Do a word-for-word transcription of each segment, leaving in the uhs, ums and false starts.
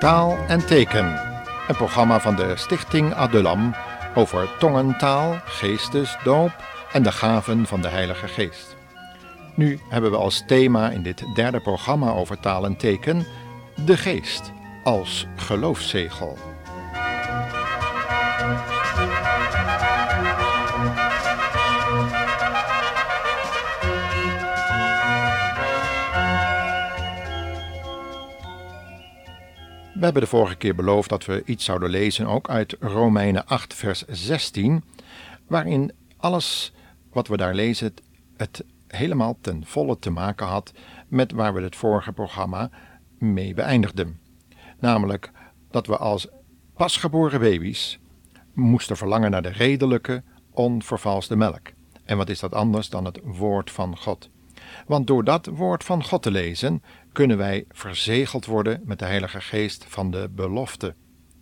Taal en teken, een programma van de Stichting Adullam over tongentaal, geestesdoop en de gaven van de Heilige Geest. Nu hebben we als thema in dit derde programma over taal en teken de Geest als geloofszegel. We hebben de vorige keer beloofd dat we iets zouden lezen, ook uit Romeinen acht vers zestien, waarin alles wat we daar lezen het helemaal ten volle te maken had met waar we het vorige programma mee beëindigden. Namelijk dat we als pasgeboren baby's moesten verlangen naar de redelijke, onvervalste melk. En wat is dat anders dan het woord van God? Want door dat woord van God te lezen, kunnen wij verzegeld worden met de Heilige Geest van de belofte.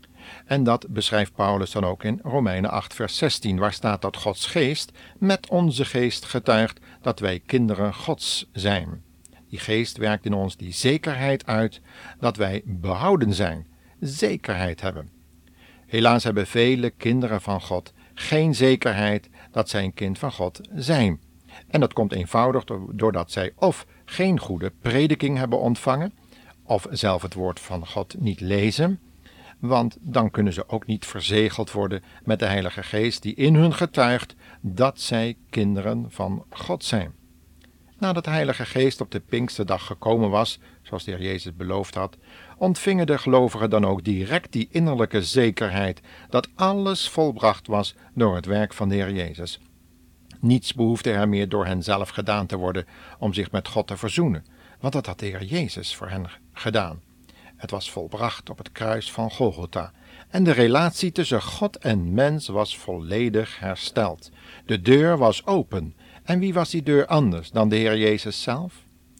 En dat beschrijft Paulus dan ook in Romeinen acht vers zestien, waar staat dat Gods Geest met onze geest getuigt dat wij kinderen Gods zijn. Die geest werkt in ons die zekerheid uit dat wij behouden zijn, zekerheid hebben. Helaas hebben vele kinderen van God geen zekerheid dat zij een kind van God zijn. En dat komt eenvoudig doordat zij of geen goede prediking hebben ontvangen, of zelf het woord van God niet lezen, want dan kunnen ze ook niet verzegeld worden met de Heilige Geest die in hun getuigt dat zij kinderen van God zijn. Nadat de Heilige Geest op de Pinksterdag gekomen was, zoals de Heer Jezus beloofd had, ontvingen de gelovigen dan ook direct die innerlijke zekerheid dat alles volbracht was door het werk van de Heer Jezus. Niets behoefde er meer door hen zelf gedaan te worden om zich met God te verzoenen, want dat had de Heer Jezus voor hen gedaan. Het was volbracht op het kruis van Golgotha en de relatie tussen God en mens was volledig hersteld. De deur was open en wie was die deur anders dan de Heer Jezus zelf?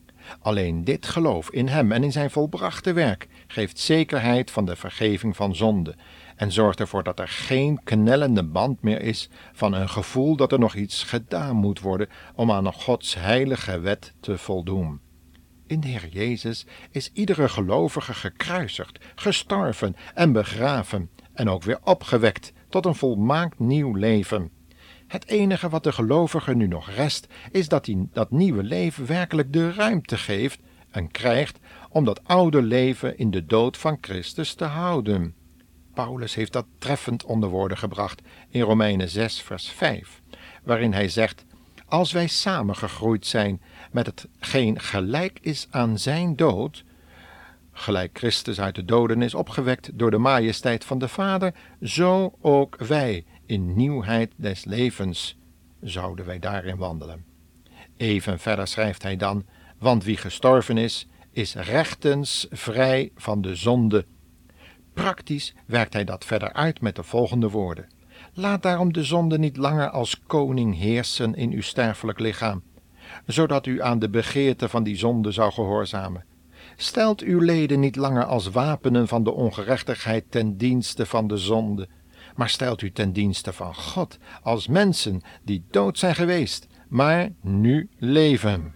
Alleen dit geloof in hem en in zijn volbrachte werk geeft zekerheid van de vergeving van zonde en zorgt ervoor dat er geen knellende band meer is van een gevoel dat er nog iets gedaan moet worden om aan Gods heilige wet te voldoen. In de Heer Jezus is iedere gelovige gekruisigd, gestorven en begraven en ook weer opgewekt tot een volmaakt nieuw leven. Het enige wat de gelovige nu nog rest, is dat hij dat nieuwe leven werkelijk de ruimte geeft en krijgt om dat oude leven in de dood van Christus te houden. Paulus heeft dat treffend onder woorden gebracht in Romeinen zes vers vijf, waarin hij zegt: als wij samengegroeid zijn met hetgeen gelijk is aan zijn dood, gelijk Christus uit de doden is opgewekt door de majesteit van de Vader, zo ook wij in nieuwheid des levens zouden wij daarin wandelen. Even verder schrijft hij dan: want wie gestorven is, is rechtens vrij van de zonde. Praktisch werkt hij dat verder uit met de volgende woorden: laat daarom de zonde niet langer als koning heersen in uw sterfelijk lichaam, zodat u aan de begeerte van die zonde zou gehoorzamen. Stelt uw leden niet langer als wapenen van de ongerechtigheid ten dienste van de zonde, maar stelt u ten dienste van God als mensen die dood zijn geweest, maar nu leven.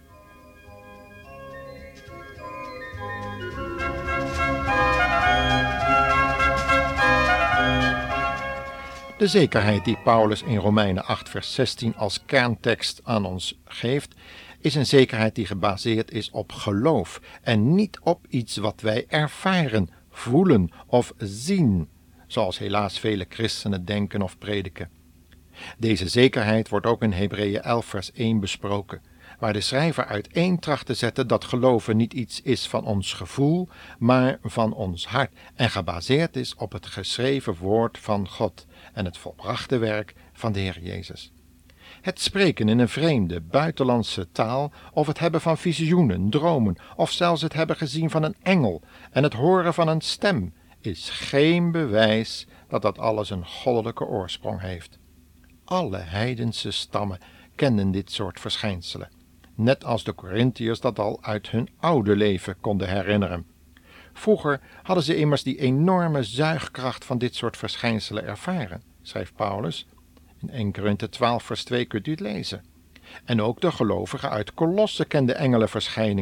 De zekerheid die Paulus in Romeinen acht vers zestien als kerntekst aan ons geeft, is een zekerheid die gebaseerd is op geloof en niet op iets wat wij ervaren, voelen of zien, zoals helaas vele christenen denken of prediken. Deze zekerheid wordt ook in Hebreeën elf vers één besproken, waar de schrijver uiteen tracht te zetten dat geloven niet iets is van ons gevoel, maar van ons hart en gebaseerd is op het geschreven woord van God en het volbrachte werk van de Heer Jezus. Het spreken in een vreemde, buitenlandse taal of het hebben van visioenen, dromen of zelfs het hebben gezien van een engel en het horen van een stem is geen bewijs dat dat alles een goddelijke oorsprong heeft. Alle heidense stammen kenden dit soort verschijnselen, net als de Korintiërs dat al uit hun oude leven konden herinneren. Vroeger hadden ze immers die enorme zuigkracht van dit soort verschijnselen ervaren, schrijft Paulus. In Eerste Korinthe twaalf vers twee kunt u het lezen. En ook de gelovigen uit Kolosse kenden engelenverschijningen.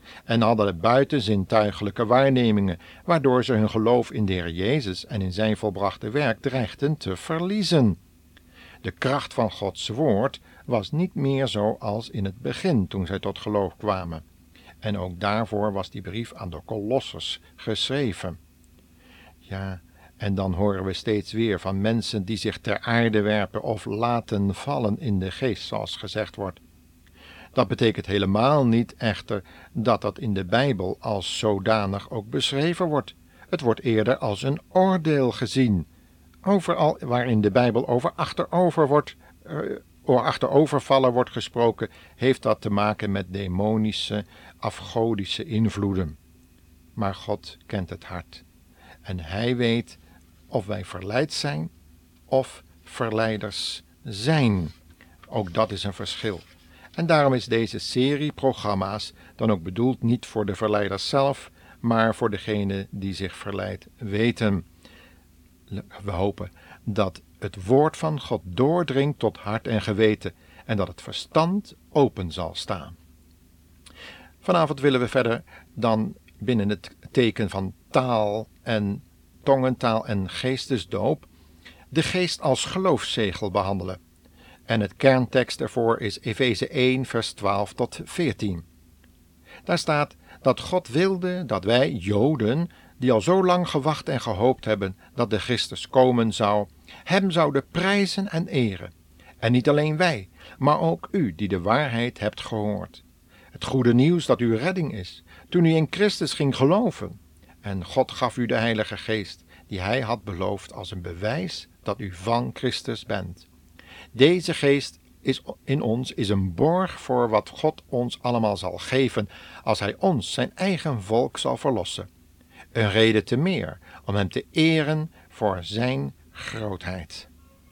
en hadden buitenzintuigelijke waarnemingen, waardoor ze hun geloof in de Heer Jezus en in zijn volbrachte werk dreigden te verliezen. De kracht van Gods woord was niet meer zo als in het begin toen zij tot geloof kwamen. En ook daarvoor was die brief aan de Kolossers geschreven. Ja, en dan horen we steeds weer van mensen die zich ter aarde werpen of laten vallen in de geest, zoals gezegd wordt. Dat betekent helemaal niet echter dat dat in de Bijbel als zodanig ook beschreven wordt. Het wordt eerder als een oordeel gezien. Overal waarin de Bijbel over achterover wordt, uh, over achterovervallen wordt gesproken, heeft dat te maken met demonische, afgodische invloeden. Maar God kent het hart. En hij weet of wij verleid zijn of verleiders zijn. Ook dat is een verschil. En daarom is deze serie programma's dan ook bedoeld niet voor de verleiders zelf, maar voor degenen die zich verleid weten. We hopen dat het woord van God doordringt tot hart en geweten en dat het verstand open zal staan. Vanavond willen we verder dan binnen het teken van taal en tongentaal en geestesdoop de geest als geloofszegel behandelen. En het kerntekst daarvoor is Efeze één vers twaalf tot veertien. Daar staat dat God wilde dat wij, Joden, die al zo lang gewacht en gehoopt hebben dat de Christus komen zou, hem zouden prijzen en eren. En niet alleen wij, maar ook u die de waarheid hebt gehoord. Het goede nieuws dat uw redding is, toen u in Christus ging geloven. En God gaf u de Heilige Geest, die hij had beloofd als een bewijs dat u van Christus bent. Deze geest is in ons is een borg voor wat God ons allemaal zal geven als hij ons, zijn eigen volk, zal verlossen. Een reden te meer om hem te eren voor zijn grootheid.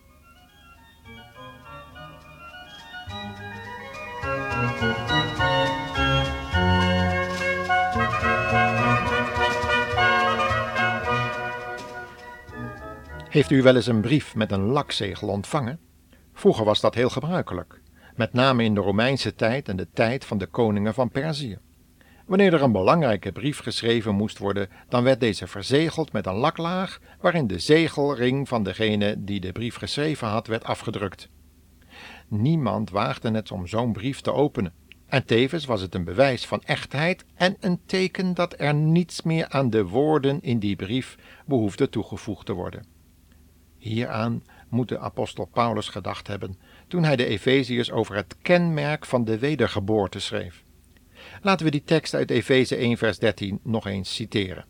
Heeft u wel eens een brief met een lakzegel ontvangen? Vroeger was dat heel gebruikelijk, met name in de Romeinse tijd en de tijd van de koningen van Perzië. Wanneer er een belangrijke brief geschreven moest worden, dan werd deze verzegeld met een laklaag waarin de zegelring van degene die de brief geschreven had werd afgedrukt. Niemand waagde het om zo'n brief te openen. En tevens was het een bewijs van echtheid en een teken dat er niets meer aan de woorden in die brief behoefde toegevoegd te worden. Hieraan moet de apostel Paulus gedacht hebben toen hij de Efeziërs over het kenmerk van de wedergeboorte schreef. Laten we die tekst uit Efeze één vers dertien nog eens citeren.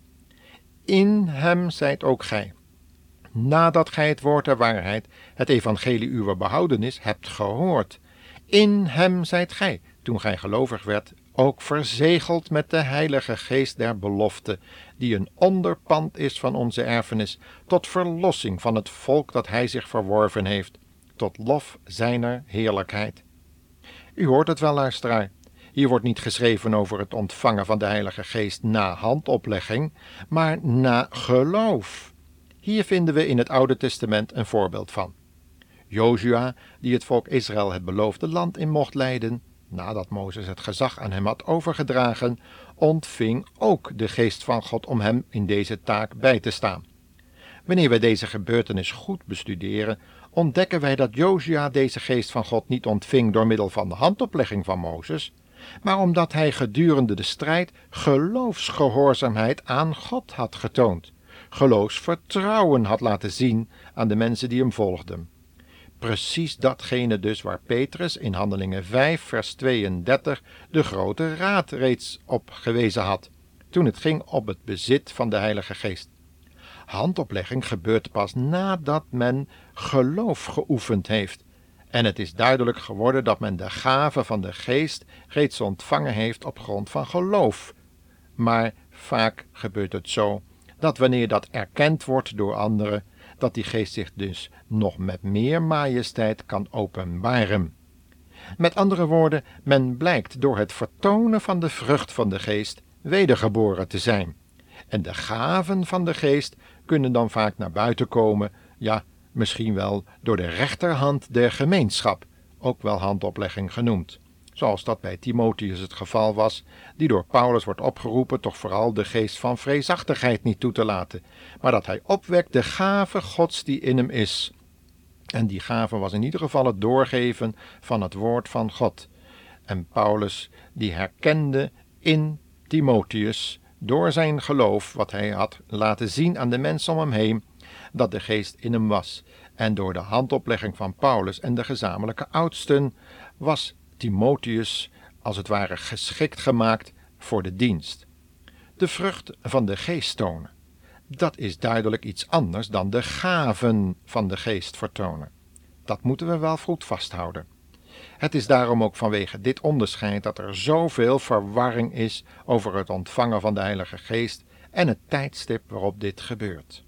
In hem zijt ook gij, nadat gij het woord der waarheid, het evangelie uwer behoudenis, hebt gehoord. In hem zijt gij, toen gij gelovig werd, ook verzegeld met de Heilige Geest der belofte, die een onderpand is van onze erfenis, tot verlossing van het volk dat hij zich verworven heeft, tot lof zijner heerlijkheid. U hoort het wel, luisteraar. Hier wordt niet geschreven over het ontvangen van de Heilige Geest na handoplegging, maar na geloof. Hier vinden we in het Oude Testament een voorbeeld van. Jozua, die het volk Israël het beloofde land in mocht leiden, nadat Mozes het gezag aan hem had overgedragen, ontving ook de geest van God om hem in deze taak bij te staan. Wanneer wij deze gebeurtenis goed bestuderen, ontdekken wij dat Jozua deze geest van God niet ontving door middel van de handoplegging van Mozes, maar omdat hij gedurende de strijd geloofsgehoorzaamheid aan God had getoond, geloofsvertrouwen had laten zien aan de mensen die hem volgden. Precies datgene dus waar Petrus in Handelingen vijf vers tweeëndertig de grote raad reeds op gewezen had, toen het ging op het bezit van de Heilige Geest. Handoplegging gebeurt pas nadat men geloof geoefend heeft, en het is duidelijk geworden dat men de gave van de Geest reeds ontvangen heeft op grond van geloof. Maar vaak gebeurt het zo dat wanneer dat erkend wordt door anderen, dat die Geest zich dus nog met meer majesteit kan openbaren. Met andere woorden, men blijkt door het vertonen van de vrucht van de Geest wedergeboren te zijn. En de gaven van de Geest kunnen dan vaak naar buiten komen, ja, misschien wel door de rechterhand der gemeenschap, ook wel handoplegging genoemd. zoals dat bij Timotheus het geval was, die door Paulus wordt opgeroepen toch vooral de geest van vreesachtigheid niet toe te laten, maar dat hij opwekt de gave Gods die in hem is. En die gave was in ieder geval het doorgeven van het woord van God. En Paulus die herkende in Timotheus door zijn geloof, wat hij had laten zien aan de mensen om hem heen, dat de geest in hem was. En door de handoplegging van Paulus en de gezamenlijke oudsten was Timotheus als het ware geschikt gemaakt voor de dienst. De vrucht van de geest tonen, dat is duidelijk iets anders dan de gaven van de geest vertonen. Dat moeten we wel goed vasthouden. Het is daarom ook vanwege dit onderscheid dat er zoveel verwarring is over het ontvangen van de Heilige Geest en het tijdstip waarop dit gebeurt.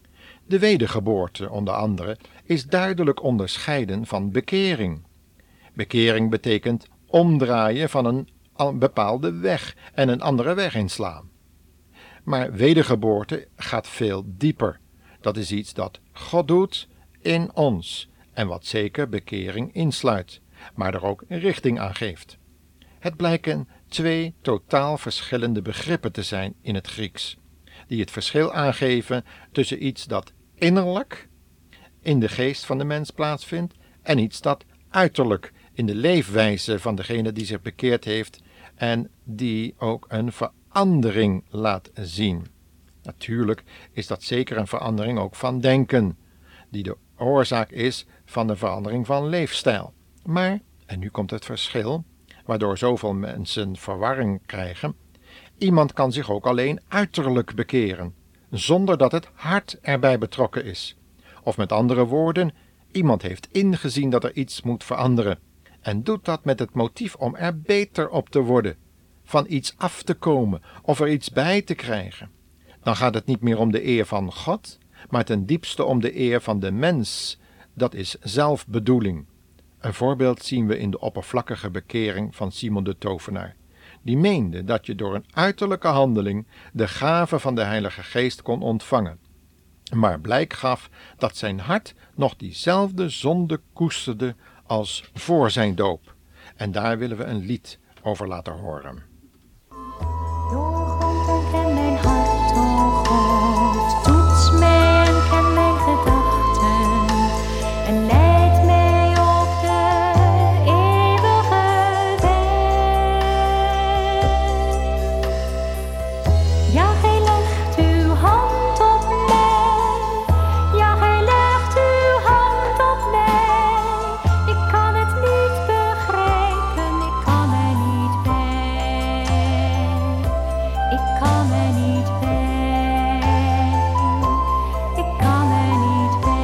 De wedergeboorte, onder andere, is duidelijk onderscheiden van bekering. Bekering betekent omdraaien van een bepaalde weg en een andere weg inslaan. Maar wedergeboorte gaat veel dieper. Dat is iets dat God doet in ons en wat zeker bekering insluit, maar er ook richting aan geeft. Het blijken twee totaal verschillende begrippen te zijn in het Grieks, die het verschil aangeven tussen iets dat innerlijk in de geest van de mens plaatsvindt en iets dat uiterlijk in de leefwijze van degene die zich bekeerd heeft en die ook een verandering laat zien. Natuurlijk is dat zeker een verandering ook van denken, die de oorzaak is van de verandering van leefstijl. Maar, en nu komt het verschil, waardoor zoveel mensen verwarring krijgen, iemand kan zich ook alleen uiterlijk bekeren, zonder dat het hart erbij betrokken is. Of met andere woorden, iemand heeft ingezien dat er iets moet veranderen en doet dat met het motief om er beter op te worden, van iets af te komen of er iets bij te krijgen. Dan gaat het niet meer om de eer van God, maar ten diepste om de eer van de mens. Dat is zelfbedoeling. Een voorbeeld zien we in de oppervlakkige bekering van Simon de Tovenaar, die meende dat je door een uiterlijke handeling de gave van de Heilige Geest kon ontvangen, maar blijk gaf dat zijn hart nog diezelfde zonde koesterde als voor zijn doop. En daar willen we een lied over laten horen. Doorgrond en ken mijn hart, o God, toets mij en ken mijn gedachten, en leid mij op de eeuwige weg. Ja, gij legt uw hand op mij, ja, gij legt uw hand op mij. Ik kan het niet begrijpen, ik kan er niet bij. Ik kan er niet bij. Ik kan er niet bij.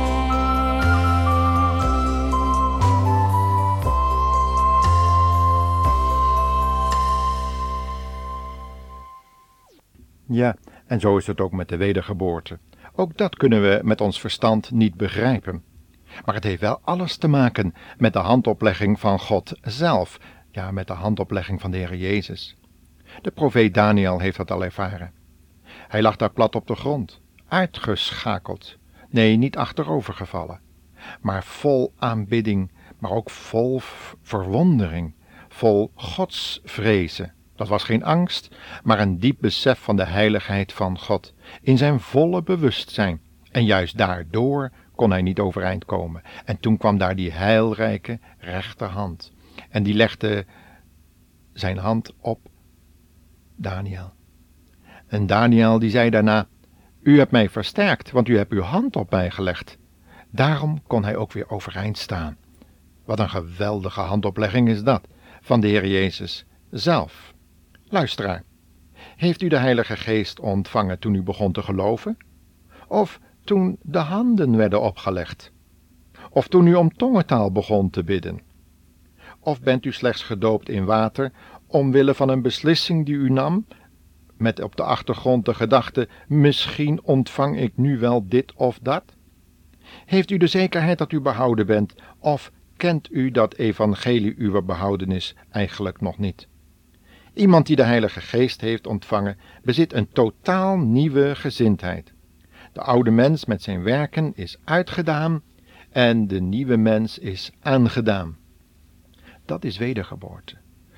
Ja, en zo is het ook met de wedergeboorte. Ook dat kunnen we met ons verstand niet begrijpen. Maar het heeft wel alles te maken met de handoplegging van God zelf, ja, met de handoplegging van de Heer Jezus. De profeet Daniel heeft dat al ervaren. Hij lag daar plat op de grond, uitgeschakeld, nee, niet achterovergevallen, maar vol aanbidding, maar ook vol verwondering, vol godsvrezen. Dat was geen angst, maar een diep besef van de heiligheid van God, in zijn volle bewustzijn. En juist daardoor kon hij niet overeind komen. En toen kwam daar die heilrijke rechterhand. En die legde zijn hand op Daniel. En Daniel die zei daarna: u hebt mij versterkt, want u hebt uw hand op mij gelegd. Daarom kon hij ook weer overeind staan. Wat een geweldige handoplegging is dat, van de Heer Jezus zelf. Luisteraar, heeft u de Heilige Geest ontvangen toen u begon te geloven? Of toen de handen werden opgelegd? Of toen u om tongentaal begon te bidden? Of bent u slechts gedoopt in water, omwille van een beslissing die u nam, met op de achtergrond de gedachte: misschien ontvang ik nu wel dit of dat? Heeft u de zekerheid dat u behouden bent, of kent u dat evangelie uwer behoudenis eigenlijk nog niet? Iemand die de Heilige Geest heeft ontvangen, bezit een totaal nieuwe gezindheid. De oude mens met zijn werken is uitgedaan en de nieuwe mens is aangedaan. Dat is wedergeboorte.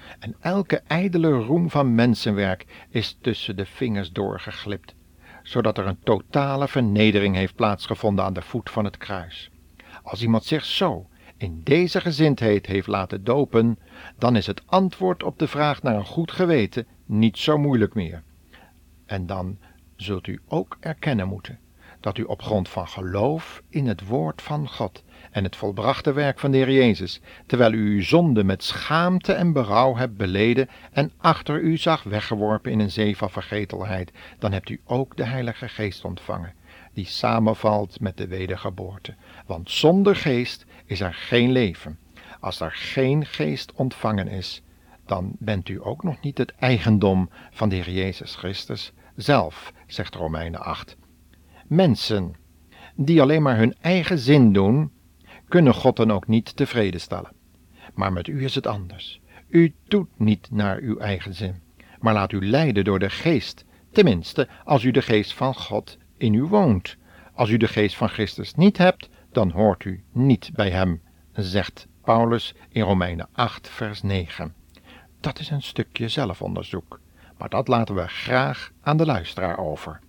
en elke ijdele roem van mensenwerk is tussen de vingers doorgeglipt, zodat er een totale vernedering heeft plaatsgevonden aan de voet van het kruis. Als iemand zich zo in deze gezindheid heeft laten dopen, dan is het antwoord op de vraag naar een goed geweten niet zo moeilijk meer. En dan zult u ook erkennen moeten dat u op grond van geloof in het woord van God en het volbrachte werk van de Heer Jezus, terwijl u uw zonde met schaamte en berouw hebt beleden en achter u zag weggeworpen in een zee van vergetelheid, dan hebt u ook de Heilige Geest ontvangen, die samenvalt met de wedergeboorte. Want zonder geest is er geen leven. Als er geen geest ontvangen is, dan bent u ook nog niet het eigendom van de Heer Jezus Christus zelf, zegt Romeinen acht. Mensen die alleen maar hun eigen zin doen, kunnen God dan ook niet tevreden stellen. Maar met u is het anders. U doet niet naar uw eigen zin, maar laat u leiden door de geest, tenminste als u de geest van God in u woont. Als u de geest van Christus niet hebt, dan hoort u niet bij hem, zegt Paulus in Romeinen acht vers negen. Dat is een stukje zelfonderzoek, maar dat laten we graag aan de luisteraar over.